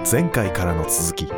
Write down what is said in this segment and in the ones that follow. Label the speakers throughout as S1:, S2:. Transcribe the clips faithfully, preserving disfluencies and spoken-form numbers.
S1: 前回からの続き。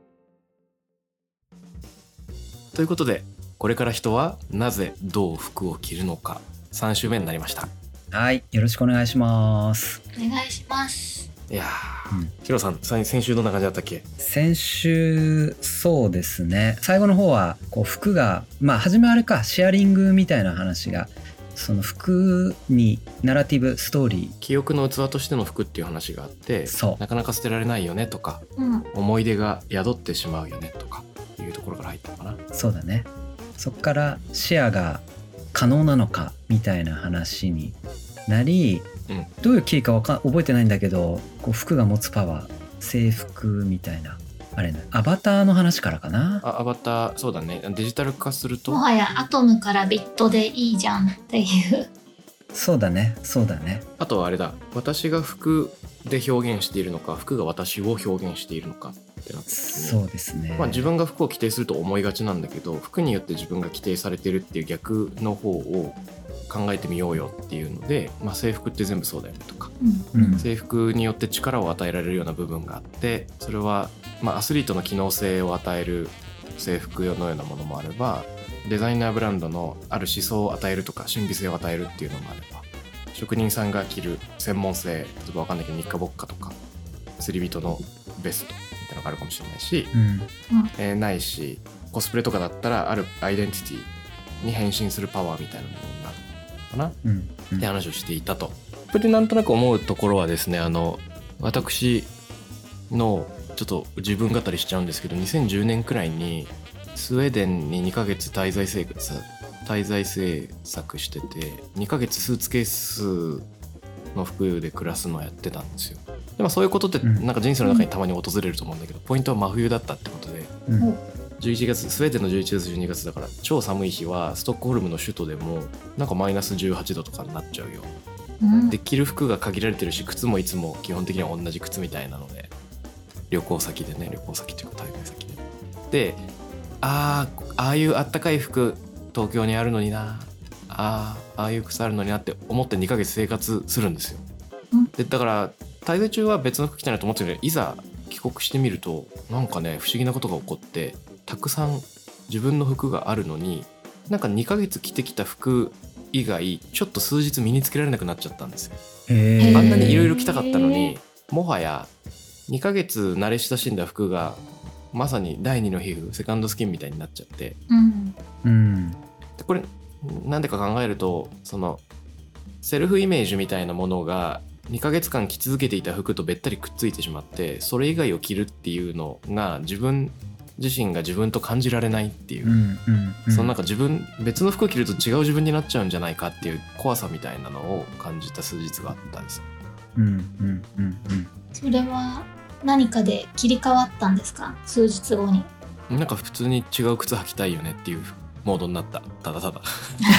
S2: ということで、これから人はなぜどう服を着るのかさん週目になりました。
S3: はい、よろしくお願いします。
S4: お願いします。
S2: いやー、
S3: うん
S2: ヒロさん先週どんな感じだったっけ？
S3: 先週そうですね、最後の方はこう服がまあ初めあれかシェアリングみたいな話が、その服にナラティブストーリー、
S2: 記憶の器としての服っていう話があって、
S3: そう
S2: なかなか捨てられないよねとか、
S4: うん、
S2: 思い出が宿ってしまうよねとかいうところから入ったのかな。
S3: そうだね。そっからシェアが可能なのかみたいな話になり、
S2: うん、
S3: どういう経緯かわか覚えてないんだけど、こう服が持つパワー、制服みたいな、あれね、アバターの話からかな。
S2: あアバター、そうだね、デジタル化すると
S4: もはやアトムからビットでいいじゃんっていう。
S3: そうだね、そうだね。
S2: あとはあれだ、私が服で表現しているのか、服が私を表現しているのかってなった時に、
S3: そうですね。
S2: まあ、自分が服を規定すると思いがちなんだけど、服によって自分が規定されてるっていう逆の方を考えてみようよっていうので、まあ、制服って全部そうだよねとか、
S4: うん
S3: うん
S2: 制服によって力を与えられるような部分があって、それはまあアスリートの機能性を与える制服のようなものもあれば、デザイナーブランドのある思想を与えるとか神秘性を与えるっていうのもあれば、職人さんが着る専門性、例えば分かんないけど日課ボッカとか釣り人のベストみたいなのがあるかもしれないし、
S3: うん
S2: えーないし、コスプレとかだったらあるアイデンティティに変身するパワーみたいなものになるのかな
S3: うんうん
S2: って話をしていたと。これでなんとなく思うところはですね、あの私のちょっと自分語りしちゃうんですけど、にせんじゅうねんくらいにスウェーデンににかげつ滞在生活滞在制作してて、にかげつスーツケースの服で暮らすのをやってたんですよ。で、まあ、そういうことって
S3: うん
S2: なんか人生の中にたまに訪れると思うんだけど、ポイントは真冬だったってことで、
S3: うん
S2: じゅういちがつ、スウェーデンのじゅういちがつじゅうにがつだから超寒い日はストックホルムの首都でもなんかマイナスじゅうはちどとかになっちゃうよ。
S4: うん
S2: で、着る服が限られてるし、靴もいつも基本的には同じ靴みたいなので、旅行先でね、旅行先っていうか滞在先でで、あーああいうあったかい服東京にあるのにな、あーああいう靴あるのになって思ってにかげつ生活するんですよ。
S4: うん
S2: で、だから滞在中は別の服着たいなと思ってるけど、いざ帰国してみるとなんかね、不思議なことが起こって、たくさん自分の服があるのに、なんかにかげつ着てきた服以外ちょっと数日身につけられなくなっちゃったんですよ。
S3: へー
S2: あんなにいろいろ着たかったのに、もはやにかげつ慣れ親しんだ服がまさに第二の皮膚、セカンドスキンみたいになっちゃって、
S4: うん
S3: うん
S2: でこれなんでか考えると、そのセルフイメージみたいなものがにかげつかん着続けていた服とべったりくっついてしまって、それ以外を着るっていうのが自分自身が自分と感じられないっていう、
S3: うんうんうん、
S2: そのなんか自分別の服を着ると違う自分になっちゃうんじゃないかっていう怖さみたいなのを感じた数日があったんです。
S3: うんうんうんうん
S4: それは何かで切り替わったんですか？数日後に。
S2: なんか普通に違う靴履きたいよねっていうモードになった。ただただ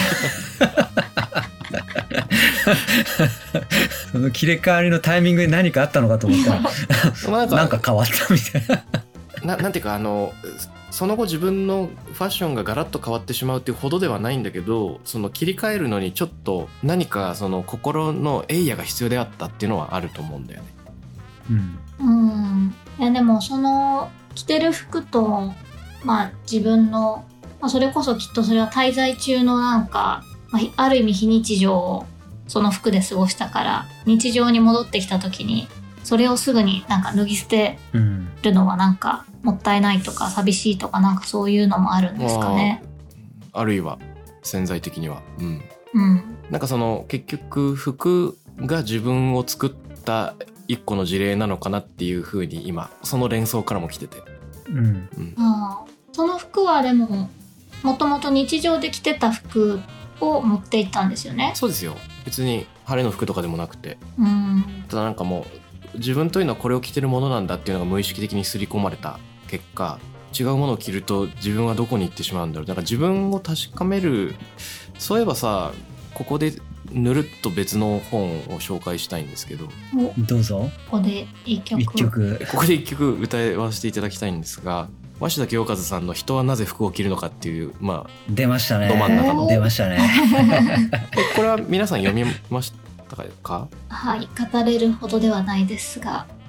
S3: その切り替わりのタイミングで何かあったのかと思ったら
S2: なんか
S3: なんか変わったみたいな
S2: な, なんていうかあのその後自分のファッションがガラッと変わってしまうっていうほどではないんだけど、その切り替えるのにちょっと何かその心のエイヤが必要であったっていうのはあると思うんだよね。
S3: うん
S4: うんいやでもその着てる服と、まあ、自分の、まあ、それこそきっとそれは滞在中のなんか、まあ、ある意味非日常をその服で過ごしたから、日常に戻ってきた時にそれをすぐになんか脱ぎ捨て
S3: うん
S4: るのはなんかもったいないとか寂しいとか、なんかそういうのもあるんですかね。
S2: あるいは潜在的には、うん、
S4: うん
S2: なんかその結局服が自分を作った一個の事例なのかなっていう風に今その連想からも来てて、
S3: うん
S2: うん
S4: ああその服はでももともと日常で着てた服を持っていったんですよね。
S2: そうですよ。別に晴れの服とかでもなくて、
S4: うん
S2: ただなんかもう自分というのはこれを着てるものなんだっていうのが無意識的に刷り込まれた結果、違うものを着ると自分はどこに行ってしまうんだろう。だから自分を確かめる。そういえばさ、ここでぬるっと別の本を紹介したいんですけど、
S4: お
S3: どうぞ
S4: ここで一曲
S3: 一曲
S2: ここで一曲歌わせていただきたいんですが、鷲田清和さんの人はなぜ服を着るのかっていう、ま
S3: 出ましたね
S2: ど真ん中の
S3: 出ましたね
S2: あこれは皆さん読みましたか？
S4: はい語れるほどではないですが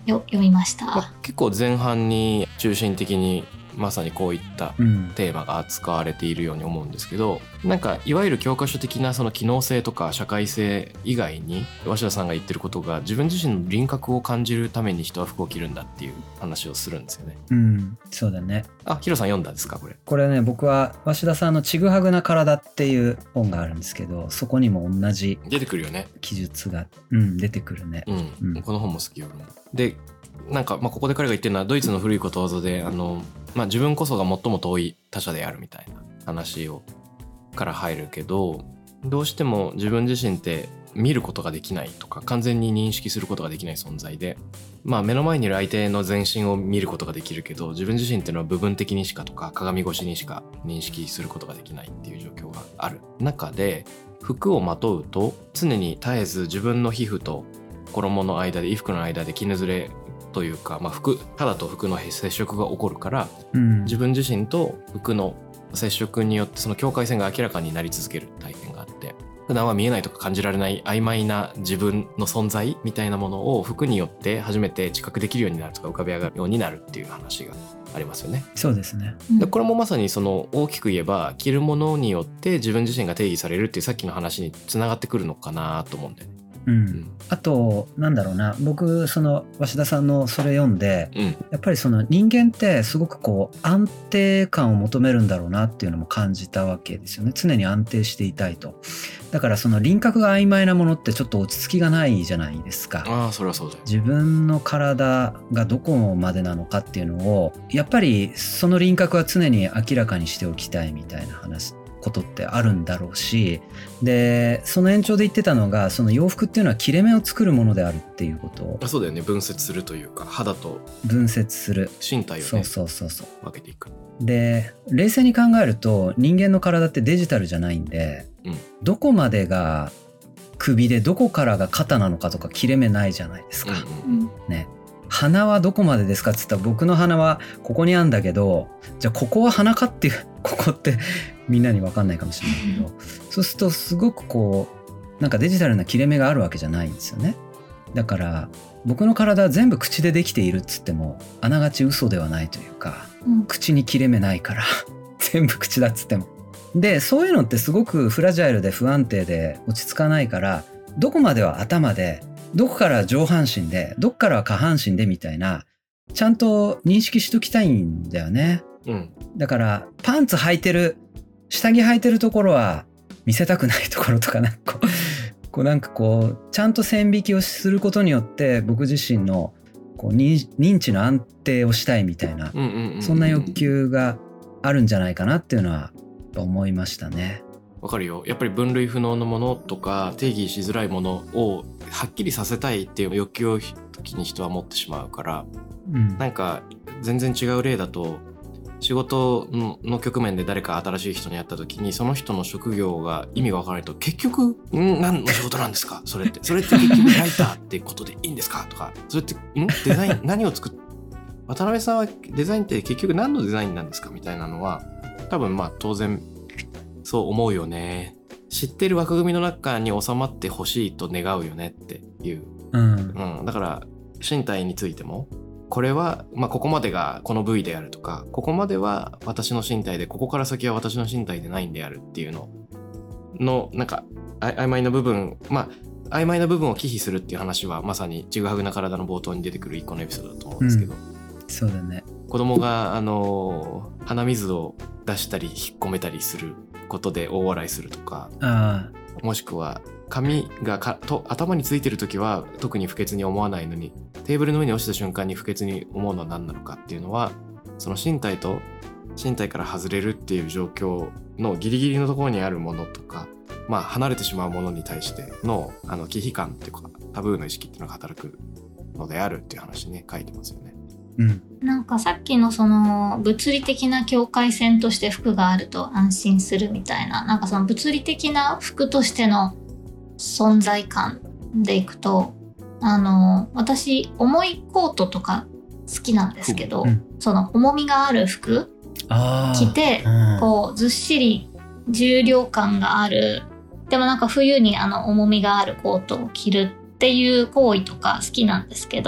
S4: よ読みました、
S2: まあ、結構前半に中心的にまさにこういったテーマが扱われているように思うんですけど、なんかいわゆる教科書的なその機能性とか社会性以外に鷲田さんが言ってることが、自分自身の輪郭を感じるために人は服を着るんだっていう話をするんですよね。
S3: うん、そうだね。
S2: あ、ヒロさん読んだんですかこれ？
S3: これね、僕は鷲田さんのちぐはぐな体っていう本があるんですけど、そこにも同じ
S2: 出てくるよね、
S3: 記述が、うん、出てくるね。
S2: うん、うん、この本も好きよ。で、なんかまあここで彼が言ってるのはドイツの古いことわざで、あのまあ、自分こそが最も遠い他者であるみたいな話をから入るけど、どうしても自分自身って見ることができないとか完全に認識することができない存在で、まあ目の前にいる相手の全身を見ることができるけど、自分自身っていうのは部分的にしかとか鏡越しにしか認識することができないっていう状況がある中で、服をまとうと常に絶えず自分の皮膚と衣の間で衣服の間で絹ずれというか、まあ、服肌と服の接触が起こるから、うん、自分自身と服の接触によってその境界線が明らかになり続ける体験があって、普段は見えないとか感じられない曖昧な自分の存在みたいなものを服によって初めて知覚できるようになるとか浮かび上がるようになるっていう話がありますよね。
S3: そうですね。
S2: でこれもまさにその大きく言えば着るものによって自分自身が定義されるっていうさっきの話につながってくるのかなと思うんだよね。
S3: うん、あとなんだろうな、僕その鷲田さんのそれ読んで、うん、やっぱりその人間ってすごくこう安定感を求めるんだろうなっていうのも感じたわけですよね。常に安定していたいと。だからその輪郭が曖昧なものってちょっと落ち着きがないじゃないですか。
S2: ああ、それはそうだよ。
S3: 自分の体がどこまでなのかっていうのをやっぱりその輪郭は常に明らかにしておきたいみたいな話ことってあるんだろうし、でその延長で言ってたのが、その洋服っていうのは切れ目を作るものであるっていうことを。
S2: あ、そうだよね。分節するというか、肌と
S3: 分節する
S2: 身体をね、
S3: そうそうそうそう
S2: 分けていく。
S3: で冷静に考えると人間の体ってデジタルじゃないんで、うん、どこまでが首でどこからが肩なのかとか切れ目ないじゃないですか、うんうん、ね。鼻はどこまでですかっつったら、僕の鼻はここにあるんだけど、じゃあここは鼻かっていうここってみんなに分かんないかもしれないけど、そうするとすごくこうなんかデジタルな切れ目があるわけじゃないんですよね。だから僕の体は全部口でできているっつってもあながち嘘ではないというか、うん、口に切れ目ないから全部口だっつっても。でそういうのってすごくフラジャイルで不安定で落ち着かないから、どこまでは頭で、どこから上半身で、どこからは下半身でみたいな、ちゃんと認識しときたいんだよね。うん、だからパンツ履いてる、下着履いてるところは見せたくないところとか、なんかこう、こうなんかこうちゃんと線引きをすることによって僕自身のこう認知の安定をしたいみたいな、そんな欲求があるんじゃないかなっていうのは思いましたね。
S2: わかるよ。やっぱり分類不能のものとか定義しづらいものをはっきりさせたいっていう欲求を時に人は持ってしまうから、うん、なんか全然違う例だと、仕事 の, の局面で誰か新しい人に会った時にその人の職業が意味が分からないと、結局ん何の仕事なんですかそれってそれって結局ライターってことでいいんですかとか、それってんデザイン何を作っ渡辺さんはデザインって結局何のデザインなんですかみたいなのは、多分まあ当然そう思うよね。知ってる枠組みの中に収まってほしいと願うよねっていう、うんうん、だから身体についてもこれは、まあ、ここまでがこの部位であるとか、ここまでは私の身体でここから先は私の身体でないんであるっていうののなんか曖昧な部分、まあ曖昧な部分を忌避するっていう話はまさにちぐはぐな体の冒頭に出てくる一個のエピソードだと思うんですけど、
S3: うん、そうだね。
S2: 子供があの鼻水を出したり引っ込めたりすることで大笑いするとか、あもしくは髪がかと頭についてる時は特に不潔に思わないのに、テーブルの上に落ちた瞬間に不潔に思うのは何なのかっていうのは、その身体と身体から外れるっていう状況のギリギリのところにあるものとか、まあ離れてしまうものに対してのあの忌避感っていうかタブーの意識っていうのが働くのであるっていう話ね書いてますよね。
S4: うん、なんかさっきのその物理的な境界線として服があると安心するみたいな、なんかその物理的な服としての存在感でいくと、あの私重いコートとか好きなんですけど、うん、その重みがある服着て、うん、こうずっしり重量感がある、でもなんか冬にあの重みがあるコートを着るっていう行為とか好きなんですけど、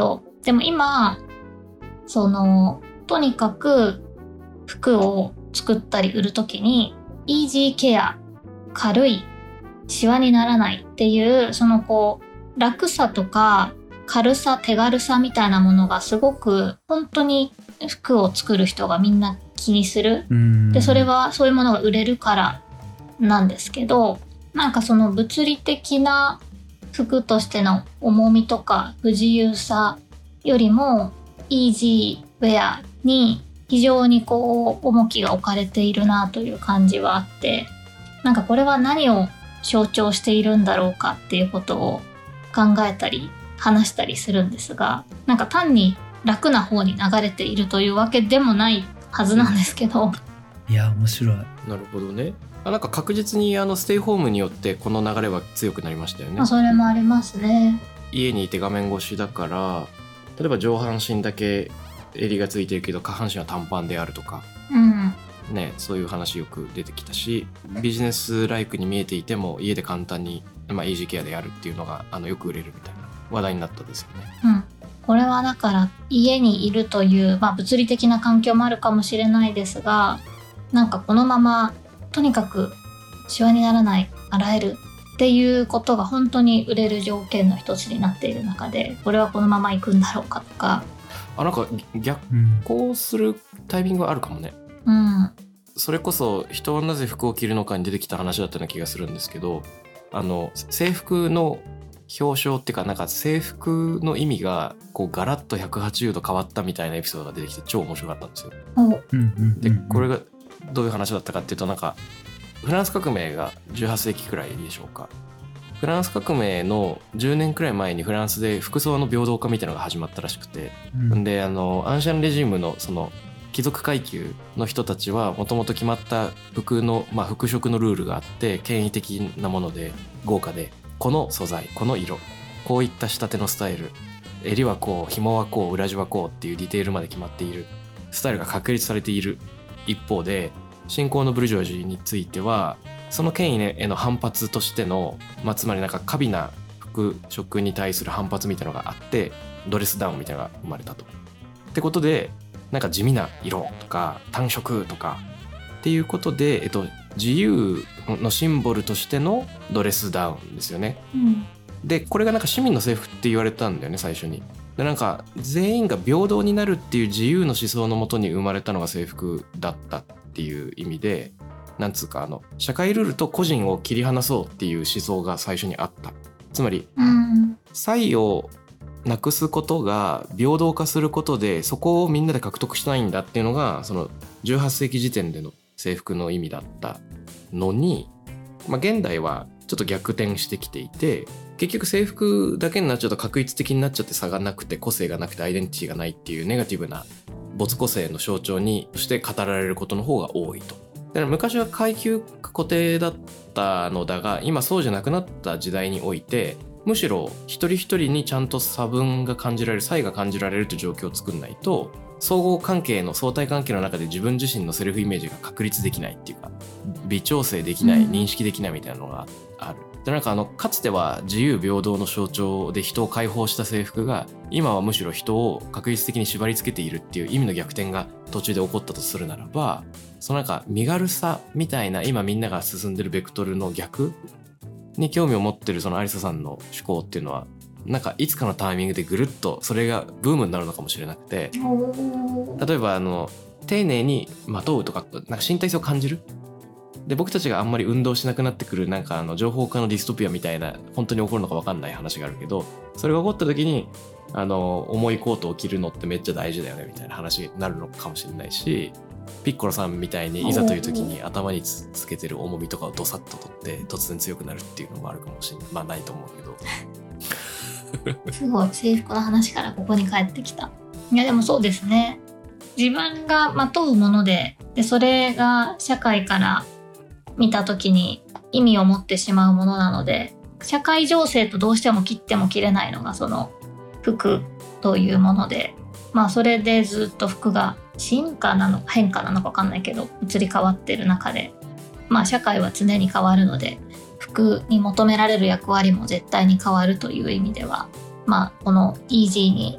S4: でも今そのとにかく服を作ったり売るときにイージーケア、軽い、シワにならないっていうそのこう楽さとか軽さ、手軽さみたいなものがすごく本当に服を作る人がみんな気にする。でそれはそういうものが売れるからなんですけど、なんかその物理的な服としての重みとか不自由さよりもイージーウェアに非常にこう重きが置かれているなという感じはあって、なんかこれは何を象徴しているんだろうかっていうことを考えたり話したりするんですが、なんか単に楽な方に流れているというわけでもないはずなんですけど、
S3: いや面白い。
S2: なるほどね。あ、なんか確実にあのステイホームによってこの流れは強くなりましたよね。
S4: まあ、それもありますね。
S2: 家にいて画面越しだから、例えば上半身だけ襟がついてるけど下半身は短パンであるとか、
S4: うん
S2: ね、そういう話よく出てきたし、ビジネスライクに見えていても家で簡単に、まあ、イージーケアでやるっていうのがあのよく売れるみたいな話題になったですよね。
S4: うん、これはだから家にいるという、まあ、物理的な環境もあるかもしれないですが、なんかこのままとにかくシワにならない、洗えるっていうことが本当に売れる条件の一つになっている中で、これはこのまま行くんだろうかとか、
S2: あ、なんか逆行するタイミングがあるかもね。
S4: うん、
S2: それこそ人はなぜ服を着るのかに出てきた話だったような気がするんですけど、あの制服の表彰っていうか、なんか制服の意味がこうガラッとひゃくはちじゅうど変わったみたいなエピソードが出てきて超面白かったんですよ。でこれがどういう話だったかっていうと、なんかフランス革命がじゅうはっせいきくらいでしょうか。フランス革命のじゅうねんくらい前にフランスで服装の平等化みたいなのが始まったらしくて、うん、であのアンシャンレジームのその貴族階級の人たちはもともと決まった服の、まあ、服飾のルールがあって、権威的なもので豪華で、この素材、この色、こういった仕立てのスタイル、襟はこう、紐はこう、裏地はこうっていうディテールまで決まっている、スタイルが確立されている一方で、新興のブルジョワジーについてはその権威への反発としての、まあ、つまりなんか過敏な服飾に対する反発みたいなのがあって、ドレスダウンみたいなのが生まれたと。ってことで、なんか地味な色とか単色とかっていうことで、えっと、自由のシンボルとしてのドレスダウンですよね、うん、でこれがなんか市民の制服って言われたんだよね最初に。でなんか全員が平等になるっていう自由の思想のもとに生まれたのが制服だったっていう意味で、なんつうかあの社会ルールと個人を切り離そうっていう思想が最初にあった。つまり、うん、差異をなくすことが平等化することで、そこをみんなで獲得したいんだっていうのがそのじゅうはっせいき時点での制服の意味だったのに、まあ、現代はちょっと逆転してきていて、結局制服だけになっちゃうと画一的になっちゃって、差がなくて個性がなくてアイデンティティがないっていうネガティブな没個性の象徴にとして語られることの方が多いと。だから昔は階級固定だったのだが、今そうじゃなくなった時代において、むしろ一人一人にちゃんと差分が感じられる、差異が感じられるという状況を作んないと、相互関係の相対関係の中で自分自身のセルフイメージが確立できないっていうか、微調整できない、認識できないみたいなのがある。でなんかあのかつては自由平等の象徴で人を解放した制服が、今はむしろ人を確率的に縛り付けているっていう意味の逆転が途中で起こったとするならば、そのなんか身軽さみたいな今みんなが進んでるベクトルの逆に興味を持ってるそのアリサさんの思考っていうのは、なんかいつかのタイミングでぐるっとそれがブームになるのかもしれなくて、例えばあの丁寧にまとうとか、なんか身体性を感じる。で僕たちがあんまり運動しなくなってくる、なんかあの情報化のディストピアみたいな、本当に起こるのか分かんない話があるけど、それが起こった時にあの重いコートを着るのってめっちゃ大事だよねみたいな話になるのかもしれないし、ピッコロさんみたいにいざという時に頭に つ, つけてる重みとかをドサッと取って突然強くなるっていうのもあるかもしれない。まあないと思うけど
S4: すごい制服の話からここに帰ってきた。いやでもそうですね、自分がまとうもので、でそれが社会から見た時に意味を持ってしまうものなので、社会情勢とどうしても切っても切れないのがその服というもので、まあそれでずっと服が進化なのか変化なのか分かんないけど移り変わってる中で、まあ社会は常に変わるので、服に求められる役割も絶対に変わるという意味では、まあこのイージーに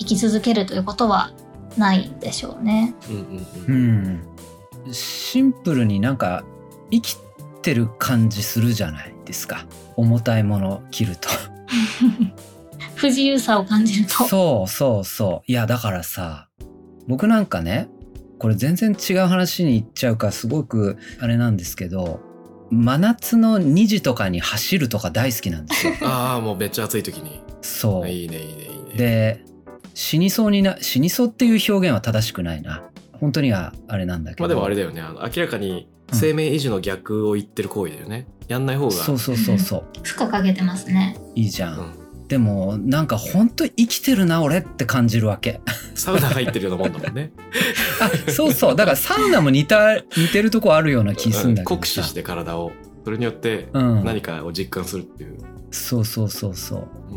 S4: 生き続けるということはないでしょうね。
S2: うんうんうん、
S3: うん、シンプルになんか生きてる感じするじゃないですか、重たいもの着ると
S4: 不自由さを感じると。
S3: そうそうそう。いやだからさ、僕なんかね、これ全然違う話に行っちゃうからすごくあれなんですけど、真夏のにじとかに走るとか大好きなんですよ
S2: ああ、もうめっちゃ暑い時に。
S3: そう、
S2: いいねいいねいいね。
S3: で死にそうにな死にそうっていう表現は正しくないな、本当にはあれなんだけど、
S2: まあでもあれだよね、あの明らかに生命維持の逆を言ってる行為だよね、うん、やんない方が。
S3: そうそうそうそう
S4: 負荷かけてますね。
S3: いいじゃん、
S2: うん、
S3: でもなんか本当生きてるな俺って感じるわけ
S2: サウナ入ってるようなもんだもんね
S3: あ、そうそう、だからサウナも似た似てるとこあるような気するんだけどさ、
S2: 酷使して体をそれによって何かを実感するっていう、うん、
S3: そうそうそうそう、
S2: うん、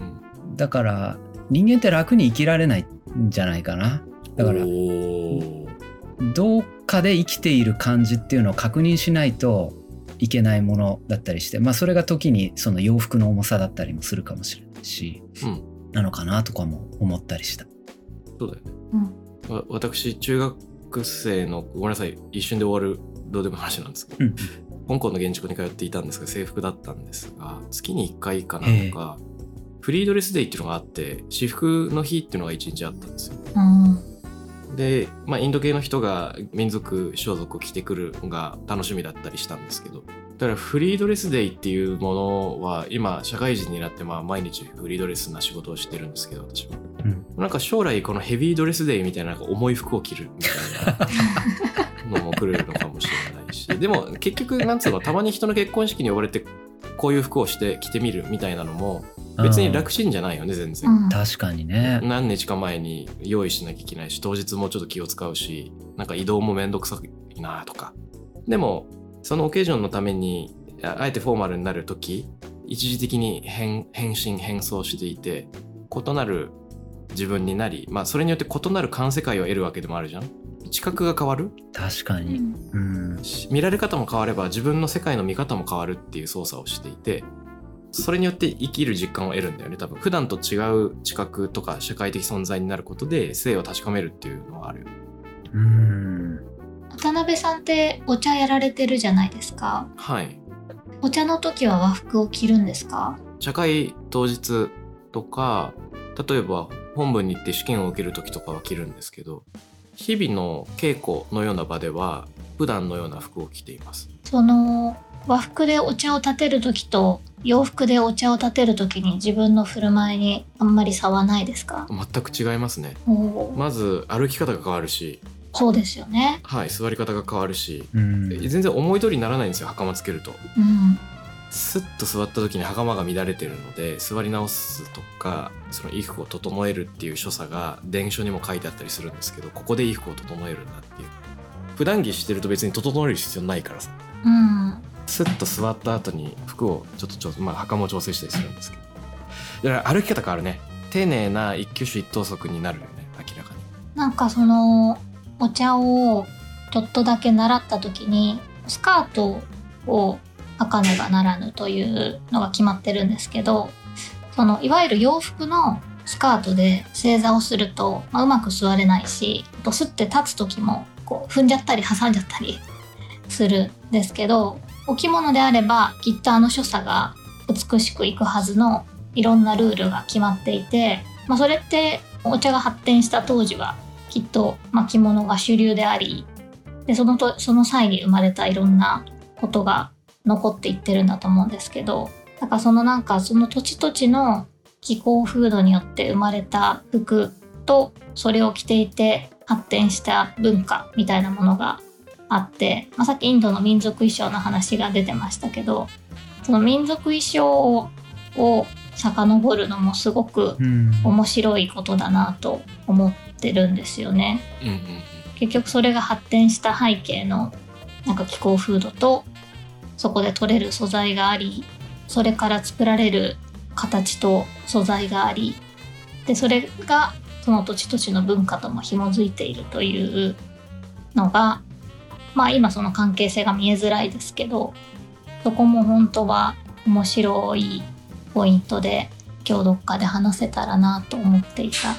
S3: だから人間って楽に生きられないんじゃないかな。だからどっかで生きている感じっていうのを確認しないといけないものだったりして、まあそれが時にその洋服の重さだったりもするかもしれないし、うん、なのかなとかも思ったりした。
S2: そうだよね、うん、私中学生のごめんなさい一瞬で終わるどうでも話なんですけど、うん、香港の現地校に通っていたんですが制服だったんですが、月にいっかいかなんかフリードレスデイっていうのがあって私服の日っていうのがいちにちあったんですよ、うん、で、まあ、インド系の人が民族装束を着てくるのが楽しみだったりしたんですけど、だからフリードレスデイっていうものは今社会人になってまあ毎日フリードレスな仕事をしてるんですけど、私は、うん、なんか将来このヘビードレスデイみたいな、なんか重い服を着るみたいなのも来るのかもしれないしでも結局なんつうの、たまに人の結婚式に呼ばれてこういう服をして着てみるみたいなのも別に楽ちんじゃないよね全然、
S3: うん、確かにね。
S2: 何日か前に用意しなきゃいけないし、当日もちょっと気を使うし、なんか移動もめんどくさいなとか。でもそのオケージョンのためにあえてフォーマルになるとき一時的に変変身変装していて異なる自分になり、まあそれによって異なる感世界を得るわけでもあるじゃん。知覚が変わる。
S3: 確かに、うん、
S2: 見られ方も変われば自分の世界の見方も変わるっていう操作をしていて、それによって生きる実感を得るんだよね多分。普段と違う知覚とか社会的存在になることで性を確かめるっていうのはあるよね。
S3: うーん、
S4: 渡辺さんってお茶やられてるじゃないですか。
S2: はい。
S4: お茶の時は和服を着るんですか？
S2: 茶会当日とか、例えば本部に行って試験を受ける時とかは着るんですけど、日々の稽古のような場では普段のような服を着ています。
S4: その和服でお茶を立てる時と洋服でお茶を立てる時に自分の振る舞いにあんまり差はないですか？
S2: 全く違いますね。まず歩き方が変わるし。
S4: そうですよね。
S2: はい、座り方が変わるし、うん、全然思い通りにならないんですよ袴つけると、
S4: うん、
S2: スッと座った時に袴が乱れてるので座り直すとかその衣服を整えるっていう所作が伝書にも書いてあったりするんですけど、ここで衣服を整えるんだっていう。普段着してると別に整える必要ないからさ、
S4: うん、
S2: スッと座った後に服をちょっとちょっとまあ袴を調整したりするんですけど、だから歩き方変わるね。丁寧な一挙手一投足になるよね、明らかに。
S4: なんかそのお茶をちょっとだけ習った時にスカートを履かねばならぬというのが決まってるんですけど、そのいわゆる洋服のスカートで正座をすると、まあ、うまく座れないし、あとスッて立つ時もこう踏んじゃったり挟んじゃったりするんですけど、お着物であればきっとあの所作が美しくいくはずのいろんなルールが決まっていて、まあ、それってお茶が発展した当時はきっと、まあ、着物が主流であり、で そのとその際に生まれたいろんなことが残っていってるんだと思うんですけど、だからそのなんかその土地土地の気候風土によって生まれた服とそれを着ていて発展した文化みたいなものがあって、まあ、さっきインドの民族衣装の話が出てましたけど、その民族衣装を遡るのもすごく面白いことだなと思ってるんですよね、
S2: うんうんうん、
S4: 結局それが発展した背景のなんか気候風土とそこで取れる素材があり、それから作られる形と素材があり、でそれがその土地土地の文化とも紐づいているというのが、まあ今その関係性が見えづらいですけど、そこも本当は面白いポイントで今日どっかで話せたらなと思っていた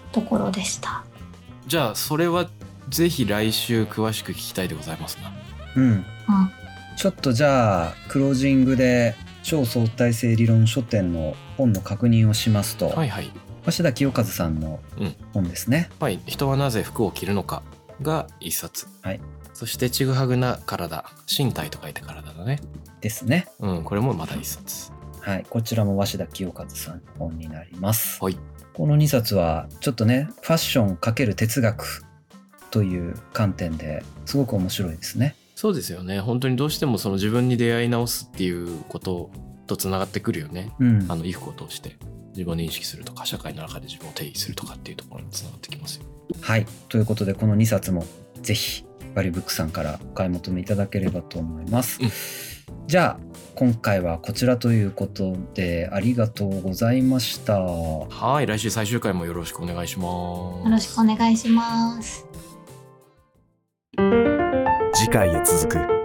S4: ところでした。
S2: じゃあそれはぜひ来週詳しく聞きたいでございますな。
S3: うん、
S4: うん、
S3: ちょっとじゃあクロージングで超相対性理論書店の本の確認をしますと、
S2: はいはい、
S3: 鷲田清和さんの本ですね、
S2: うん、はい、人はなぜ服を着るのかが一冊、
S3: はい、
S2: そしてちぐはぐな体、身体と書いて体だね
S3: ですね、
S2: うん、これもまた一冊、
S3: はい、こちらも鷲田清和さんの本になります。
S2: はい、
S3: このにさつはちょっとねファッション×哲学という観点ですごく面白いですね。
S2: そうですよね。本当にどうしてもその自分に出会い直すっていうこととつながってくるよね、うん、あの衣服を通して自分を認識するとか社会の中で自分を定義するとかっていうところにつながってきますよ。
S3: はい、ということでこのにさつもぜひバリブックさんからお買い求めいただければと思います、うん、じゃあ今回はこちらということでありがとうございました。
S2: はい、来週最終回もよろしくお願いします。
S4: よろしくお願いします。
S1: 次回へ続く。